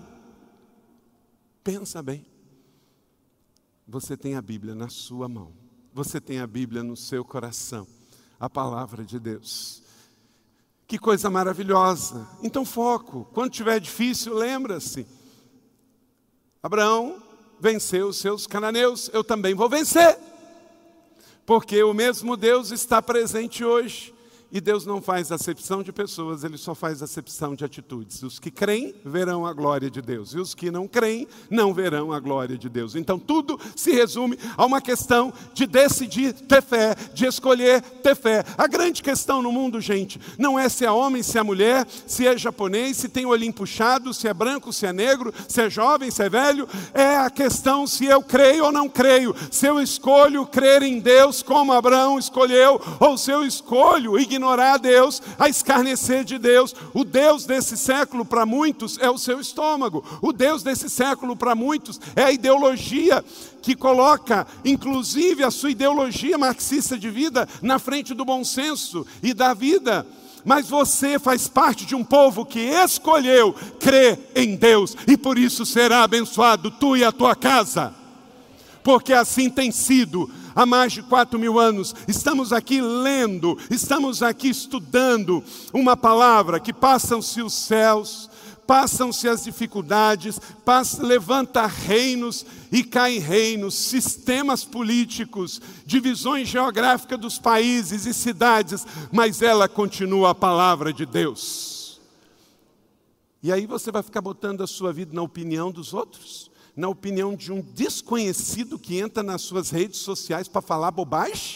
Pensa bem. Você tem a Bíblia na sua mão. Você tem a Bíblia no seu coração. A palavra de Deus. Que coisa maravilhosa. Então foco. Quando estiver difícil, lembra-se. Abraão venceu os seus cananeus. Eu também vou vencer. Porque o mesmo Deus está presente hoje. E Deus não faz acepção de pessoas, Ele só faz acepção de atitudes. Os que creem, verão a glória de Deus. E os que não creem, não verão a glória de Deus. Então tudo se resume a uma questão de decidir ter fé, de escolher ter fé. A grande questão no mundo, gente, não é se é homem, se é mulher, se é japonês, se tem o olhinho puxado, se é branco, se é negro, se é jovem, se é velho. É a questão se eu creio ou não creio. Se eu escolho crer em Deus como Abraão escolheu, ou se eu escolho ignorar a Deus, a escarnecer de Deus. O Deus desse século para muitos é o seu estômago. O Deus desse século para muitos é a ideologia que coloca, inclusive, a sua ideologia marxista de vida na frente do bom senso e da vida. Mas você faz parte de um povo que escolheu crer em Deus e por isso será abençoado tu e a tua casa. Porque assim tem sido. Há mais de 4.000 anos, estamos aqui lendo, estamos aqui estudando uma palavra que passam-se os céus, passam-se as dificuldades, levanta reinos e caem reinos, sistemas políticos, divisões geográficas dos países e cidades, mas ela continua a palavra de Deus. E aí você vai ficar botando a sua vida na opinião dos outros? Na opinião de um desconhecido que entra nas suas redes sociais para falar bobagem?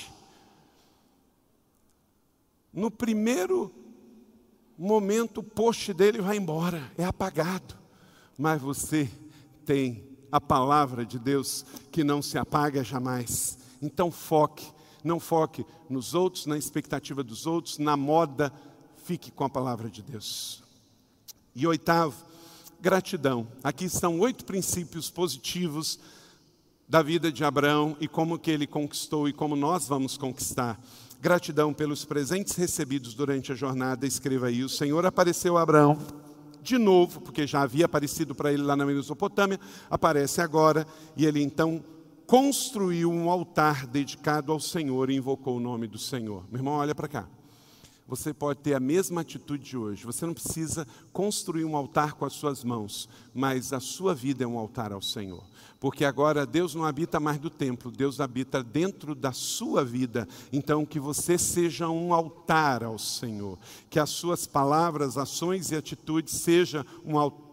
No primeiro momento, o post dele vai embora, é apagado. Mas você tem a palavra de Deus que não se apaga jamais. Então foque, não foque nos outros, na expectativa dos outros, na moda, fique com a palavra de Deus. E oitavo, gratidão. Aqui estão 8 princípios positivos da vida de Abraão e como que ele conquistou e como nós vamos conquistar. Gratidão pelos presentes recebidos durante a jornada. Escreva aí: o Senhor apareceu a Abraão de novo, porque já havia aparecido para ele lá na Mesopotâmia, aparece agora, e ele então construiu um altar dedicado ao Senhor e invocou o nome do Senhor. Meu irmão, olha para cá. Você pode ter a mesma atitude de hoje. Você não precisa construir um altar com as suas mãos, mas a sua vida é um altar ao Senhor. Porque agora Deus não habita mais do templo, Deus habita dentro da sua vida. Então que você seja um altar ao Senhor. Que as suas palavras, ações e atitudes sejam um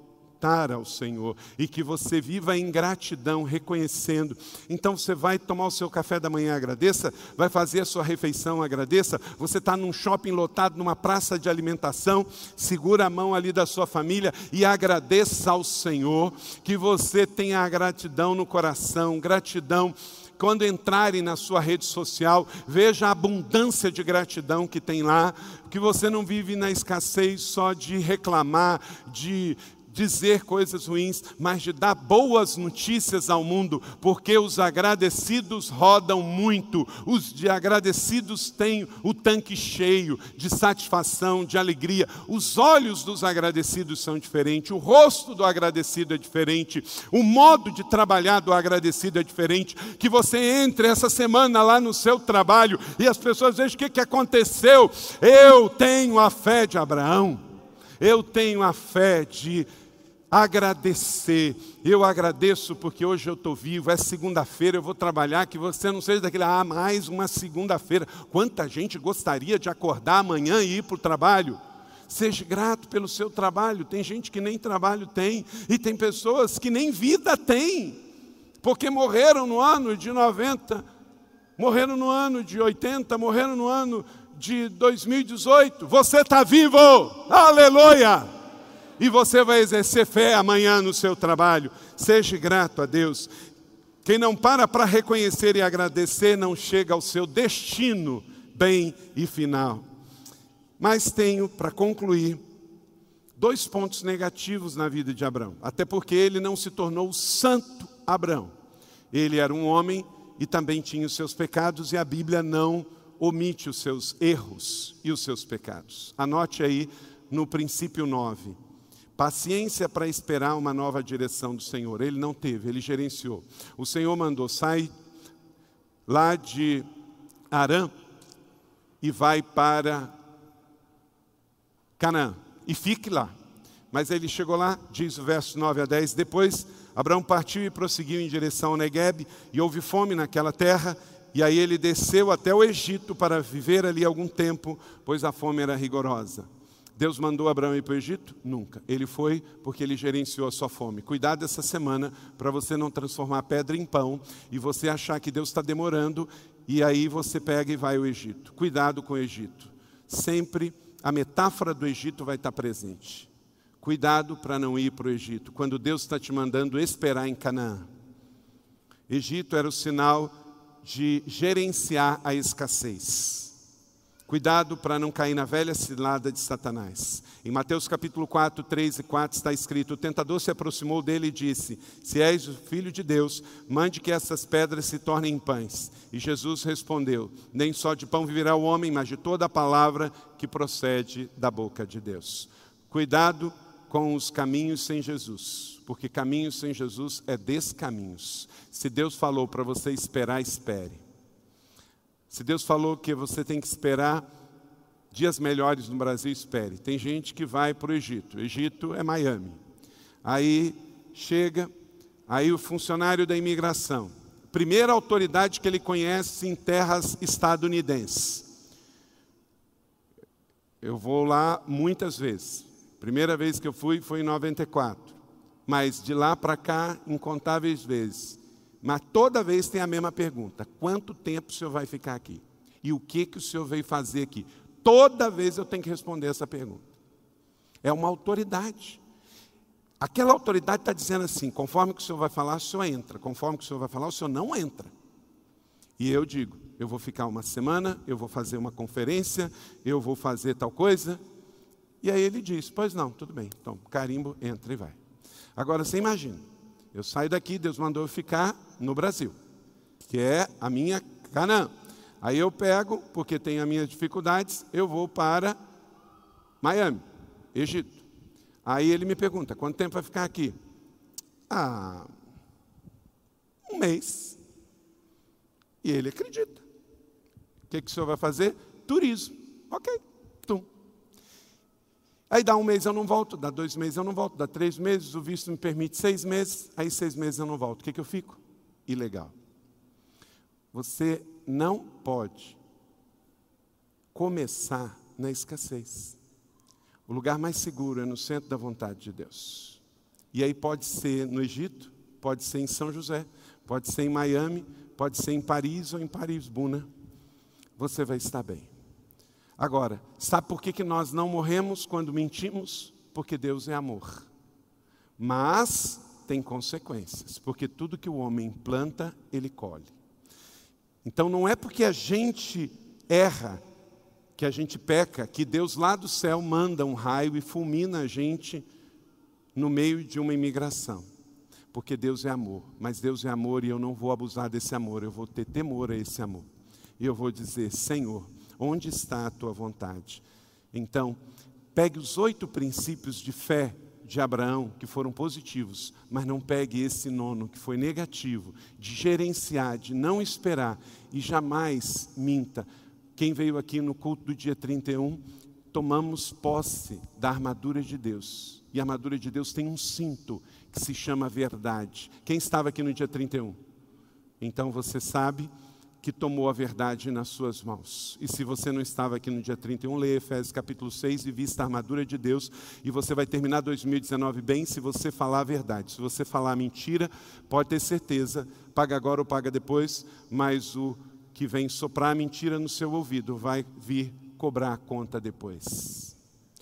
voltar ao Senhor e que você viva em gratidão, reconhecendo. Então você vai tomar o seu café da manhã, agradeça, vai fazer a sua refeição, agradeça. Você está num shopping lotado, numa praça de alimentação, segura a mão ali da sua família e agradeça ao Senhor, que você tenha a gratidão no coração, gratidão. Quando entrarem na sua rede social, veja a abundância de gratidão que tem lá, que você não vive na escassez só de reclamar, de dizer coisas ruins, mas de dar boas notícias ao mundo, porque os agradecidos rodam muito, os de agradecidos têm o tanque cheio de satisfação, de alegria. Os olhos dos agradecidos são diferentes, o rosto do agradecido é diferente, o modo de trabalhar do agradecido é diferente. Que você entre essa semana lá no seu trabalho e as pessoas vejam o que aconteceu. Eu tenho a fé de Abraão, eu tenho a fé de agradecer. Eu agradeço porque hoje eu estou vivo, é segunda-feira, eu vou trabalhar, que você não seja daquele, mais uma segunda-feira. Quanta gente gostaria de acordar amanhã e ir para o trabalho? Seja grato pelo seu trabalho. Tem gente que nem trabalho tem, e tem pessoas que nem vida têm, porque morreram no ano de 90, morreram no ano de 80, morreram no ano de 2018. Você está vivo, aleluia! E você vai exercer fé amanhã no seu trabalho. Seja grato a Deus. Quem não para reconhecer e agradecer, não chega ao seu destino bem e final. Mas tenho, para concluir, 2 pontos negativos na vida de Abraão. Até porque ele não se tornou o santo Abraão. Ele era um homem e também tinha os seus pecados, e a Bíblia não omite os seus erros e os seus pecados. Anote aí no princípio 9. Paciência para esperar uma nova direção do Senhor. Ele não teve, ele gerenciou. O Senhor mandou, sai lá de Arã e vai para Canaã. E fique lá. Mas ele chegou lá, diz o verso 9 a 10, depois Abraão partiu e prosseguiu em direção ao Neguebe, e houve fome naquela terra, e aí ele desceu até o Egito para viver ali algum tempo, pois a fome era rigorosa. Deus mandou Abraão ir para o Egito? Nunca. Ele foi porque ele gerenciou a sua fome. Cuidado essa semana para você não transformar pedra em pão e você achar que Deus está demorando e aí você pega e vai ao Egito. Cuidado com o Egito. Sempre a metáfora do Egito vai estar presente. Cuidado para não ir para o Egito, quando Deus está te mandando esperar em Canaã. Egito era o sinal de gerenciar a escassez. Cuidado para não cair na velha cilada de Satanás. Em Mateus capítulo 4, 3 e 4 está escrito: o tentador se aproximou dele e disse: se és o Filho de Deus, mande que essas pedras se tornem pães. E Jesus respondeu: nem só de pão viverá o homem, mas de toda a palavra que procede da boca de Deus. Cuidado com os caminhos sem Jesus, porque caminhos sem Jesus é descaminhos. Se Deus falou para você esperar, espere. Se Deus falou que você tem que esperar dias melhores no Brasil, espere. Tem gente que vai para o Egito. Egito é Miami. Aí chega, aí o funcionário da imigração, primeira autoridade que ele conhece em terras estadunidenses. Eu vou lá muitas vezes. Primeira vez que eu fui foi em 94. Mas de lá para cá, incontáveis vezes. Mas toda vez tem a mesma pergunta: quanto tempo o senhor vai ficar aqui? E o que o senhor veio fazer aqui? Toda vez eu tenho que responder essa pergunta. É uma autoridade. Aquela autoridade está dizendo assim: conforme que o senhor vai falar, o senhor entra. Conforme que o senhor vai falar, o senhor não entra. E eu digo: eu vou ficar uma semana, eu vou fazer uma conferência, eu vou fazer tal coisa. E aí ele diz: pois não, tudo bem. Então, carimbo, entra e vai. Agora, você imagina. Eu saio daqui, Deus mandou eu ficar no Brasil, que é a minha Canaã. Aí eu pego, porque tenho as minhas dificuldades, eu vou para Miami, Egito. Aí ele me pergunta: quanto tempo vai ficar aqui? Um mês. E ele acredita. O que o senhor vai fazer? Turismo. Ok, tum. Aí dá um mês eu não volto, dá 2 meses eu não volto, dá 3 meses, o visto me permite 6 meses, aí 6 meses eu não volto. O que eu fico? Ilegal. Você não pode começar na escassez. O lugar mais seguro é no centro da vontade de Deus. E aí pode ser no Egito, pode ser em São José, pode ser em Miami, pode ser em Paris ou em Paris-Buna. Você vai estar bem. Agora, sabe por que nós não morremos quando mentimos? Porque Deus é amor. Mas tem consequências, porque tudo que o homem planta, ele colhe. Então não é porque a gente erra, que a gente peca, que Deus lá do céu manda um raio e fulmina a gente no meio de uma imigração. Porque Deus é amor, mas Deus é amor e eu não vou abusar desse amor, eu vou ter temor a esse amor. E eu vou dizer, Senhor, onde está a tua vontade? Então, pegue os 8 princípios de fé de Abraão, que foram positivos, mas não pegue esse 9º, que foi negativo, de gerenciar, de não esperar, e jamais minta. Quem veio aqui no culto do dia 31, tomamos posse da armadura de Deus. E a armadura de Deus tem um cinto que se chama verdade. Quem estava aqui no dia 31? Então você sabe que tomou a verdade nas suas mãos. E se você não estava aqui no dia 31, leia Efésios capítulo 6 e vista a armadura de Deus, e você vai terminar 2019 bem se você falar a verdade. Se você falar a mentira, pode ter certeza, paga agora ou paga depois, mas o que vem soprar a mentira no seu ouvido vai vir cobrar a conta depois.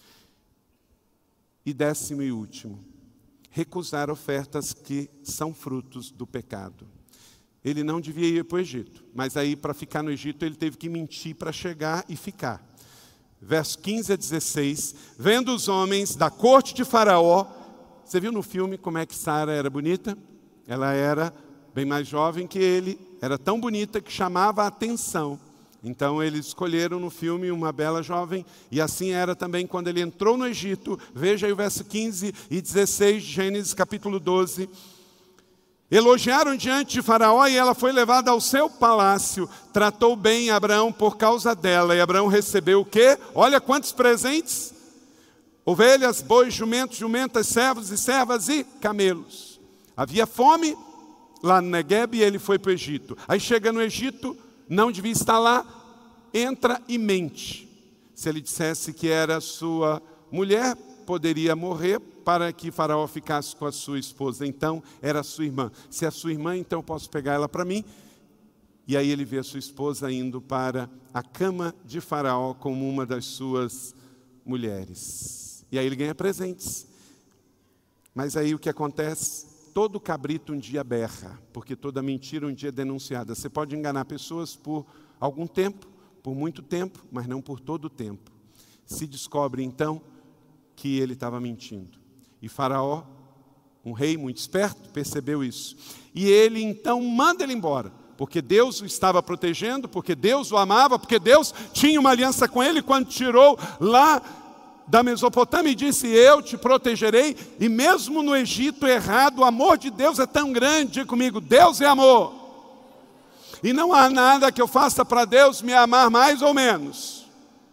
E 10º e último, recusar ofertas que são frutos do pecado. Ele não devia ir para o Egito, mas aí para ficar no Egito ele teve que mentir para chegar e ficar. Verso 15 a 16, vendo os homens da corte de Faraó, você viu no filme como é que Sara era bonita? Ela era bem mais jovem que ele, era tão bonita que chamava a atenção. Então eles escolheram no filme uma bela jovem, e assim era também quando ele entrou no Egito. Veja aí o verso 15 e 16 de Gênesis capítulo 12. Elogiaram diante de Faraó e ela foi levada ao seu palácio. Tratou bem Abraão por causa dela. E Abraão recebeu o quê? Olha quantos presentes. Ovelhas, bois, jumentos, jumentas, servos e servas e camelos. Havia fome lá no Negueb e ele foi para o Egito. Aí chega no Egito, não devia estar lá, entra e mente. Se ele dissesse que era sua mulher, poderia morrer para que Faraó ficasse com a sua esposa. Então, era sua irmã. Se é sua irmã, então eu posso pegar ela para mim. E aí ele vê a sua esposa indo para a cama de Faraó como uma das suas mulheres. E aí ele ganha presentes. Mas aí o que acontece? Todo cabrito um dia berra, porque toda mentira um dia é denunciada. Você pode enganar pessoas por algum tempo, por muito tempo, mas não por todo o tempo. Se descobre então que ele estava mentindo. E Faraó, um rei muito esperto, percebeu isso. E ele então manda ele embora, porque Deus o estava protegendo, porque Deus o amava, porque Deus tinha uma aliança com ele quando tirou lá da Mesopotâmia e disse, eu te protegerei. E mesmo no Egito errado, o amor de Deus é tão grande. Diga comigo, Deus é amor. E não há nada que eu faça para Deus me amar mais ou menos.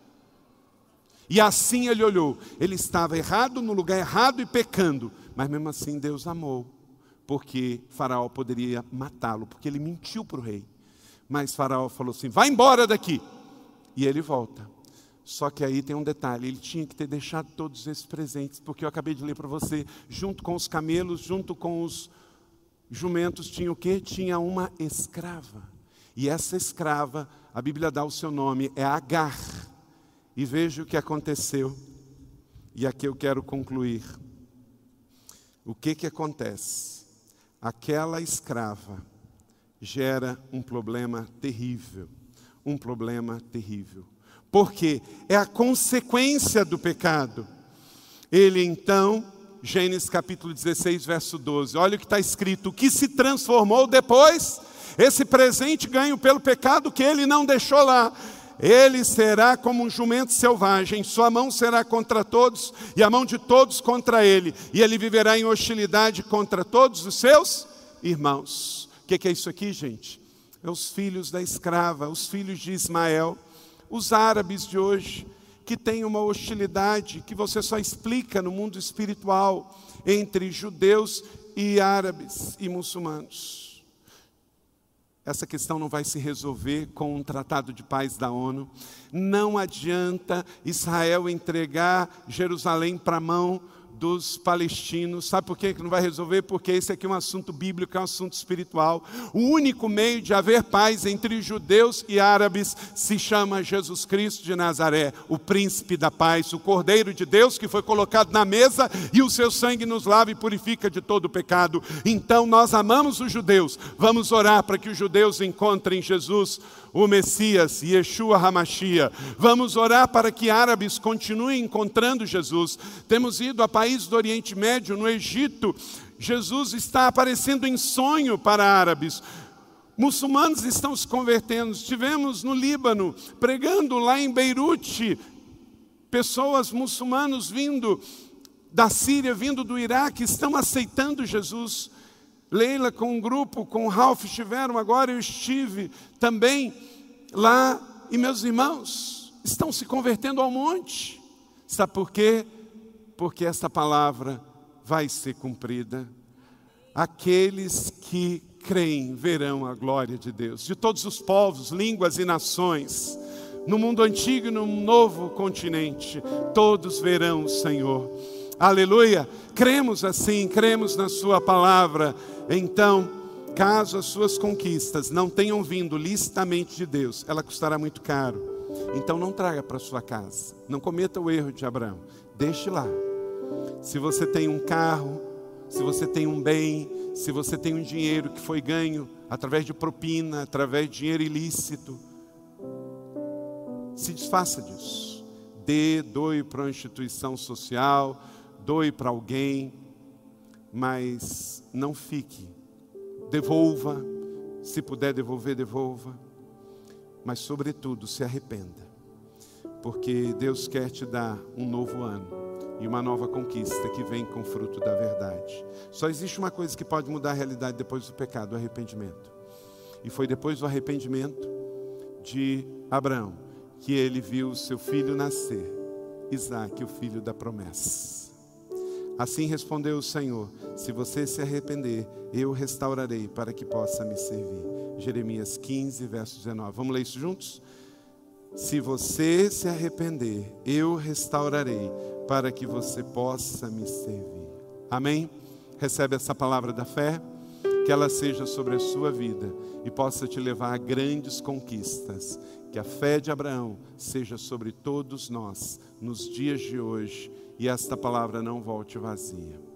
E assim ele olhou, ele estava errado, no lugar errado e pecando, mas mesmo assim Deus amou, porque Faraó poderia matá-lo, porque ele mentiu para o rei. Mas Faraó falou assim, vai embora daqui. E ele volta. Só que aí tem um detalhe, ele tinha que ter deixado todos esses presentes, porque eu acabei de ler para você, junto com os camelos, junto com os jumentos, tinha o quê? Tinha uma escrava. E essa escrava, a Bíblia dá o seu nome, é Agar. E veja o que aconteceu, e aqui eu quero concluir. O que acontece? Aquela escrava gera um problema terrível, porque é a consequência do pecado. Ele então, Gênesis capítulo 16, verso 12, olha o que está escrito, o que se transformou depois, esse presente ganho pelo pecado que ele não deixou lá. Ele será como um jumento selvagem, sua mão será contra todos, e a mão de todos contra ele, e ele viverá em hostilidade contra todos os seus irmãos. O que é isso aqui, gente? É os filhos da escrava, os filhos de Ismael, os árabes de hoje, que têm uma hostilidade que você só explica no mundo espiritual, entre judeus e árabes e muçulmanos. Essa questão não vai se resolver com um tratado de paz da ONU. Não adianta Israel entregar Jerusalém para a mão dos palestinos. Sabe por que não vai resolver? Porque esse aqui é um assunto bíblico, é um assunto espiritual. O único meio de haver paz entre judeus e árabes se chama Jesus Cristo de Nazaré, o príncipe da paz, o Cordeiro de Deus que foi colocado na mesa e o seu sangue nos lava e purifica de todo o pecado. Então nós amamos os judeus, vamos orar para que os judeus encontrem Jesus, o Messias, Yeshua HaMashiach. Vamos orar para que árabes continuem encontrando Jesus. Temos ido a países do Oriente Médio, no Egito, Jesus está aparecendo em sonho para árabes. Muçulmanos estão se convertendo. Estivemos no Líbano, pregando lá em Beirute, pessoas muçulmanos vindo da Síria, vindo do Iraque, estão aceitando Jesus. Leila com um grupo, com o Ralph estiveram agora, eu estive também lá, e meus irmãos estão se convertendo ao monte. Sabe por quê? Porque essa palavra vai ser cumprida. Aqueles que creem verão a glória de Deus. De todos os povos, línguas e nações, no mundo antigo e no novo continente, todos verão o Senhor. Aleluia! Cremos assim, cremos na sua palavra. Então, caso as suas conquistas não tenham vindo licitamente de Deus, ela custará muito caro. Então não traga para sua casa. Não cometa o erro de Abraão. Deixe lá. Se você tem um carro, se você tem um bem, se você tem um dinheiro que foi ganho através de propina, através de dinheiro ilícito, se desfaça disso. Doe para uma instituição social, doe para alguém, mas não fique. Devolva, se puder devolver, devolva. Mas sobretudo se arrependa, porque Deus quer te dar um novo ano e uma nova conquista que vem com fruto da verdade. Só existe uma coisa que pode mudar a realidade depois do pecado: o arrependimento. E foi depois do arrependimento de Abraão que ele viu seu filho nascer, Isaque, o filho da promessa. Assim respondeu o Senhor: se você se arrepender, eu restaurarei para que possa me servir. Jeremias 15, verso 19. Vamos ler isso juntos? Se você se arrepender, eu restaurarei para que você possa me servir. Amém? Recebe essa palavra da fé, que ela seja sobre a sua vida e possa te levar a grandes conquistas. Que a fé de Abraão seja sobre todos nós nos dias de hoje e esta palavra não volte vazia.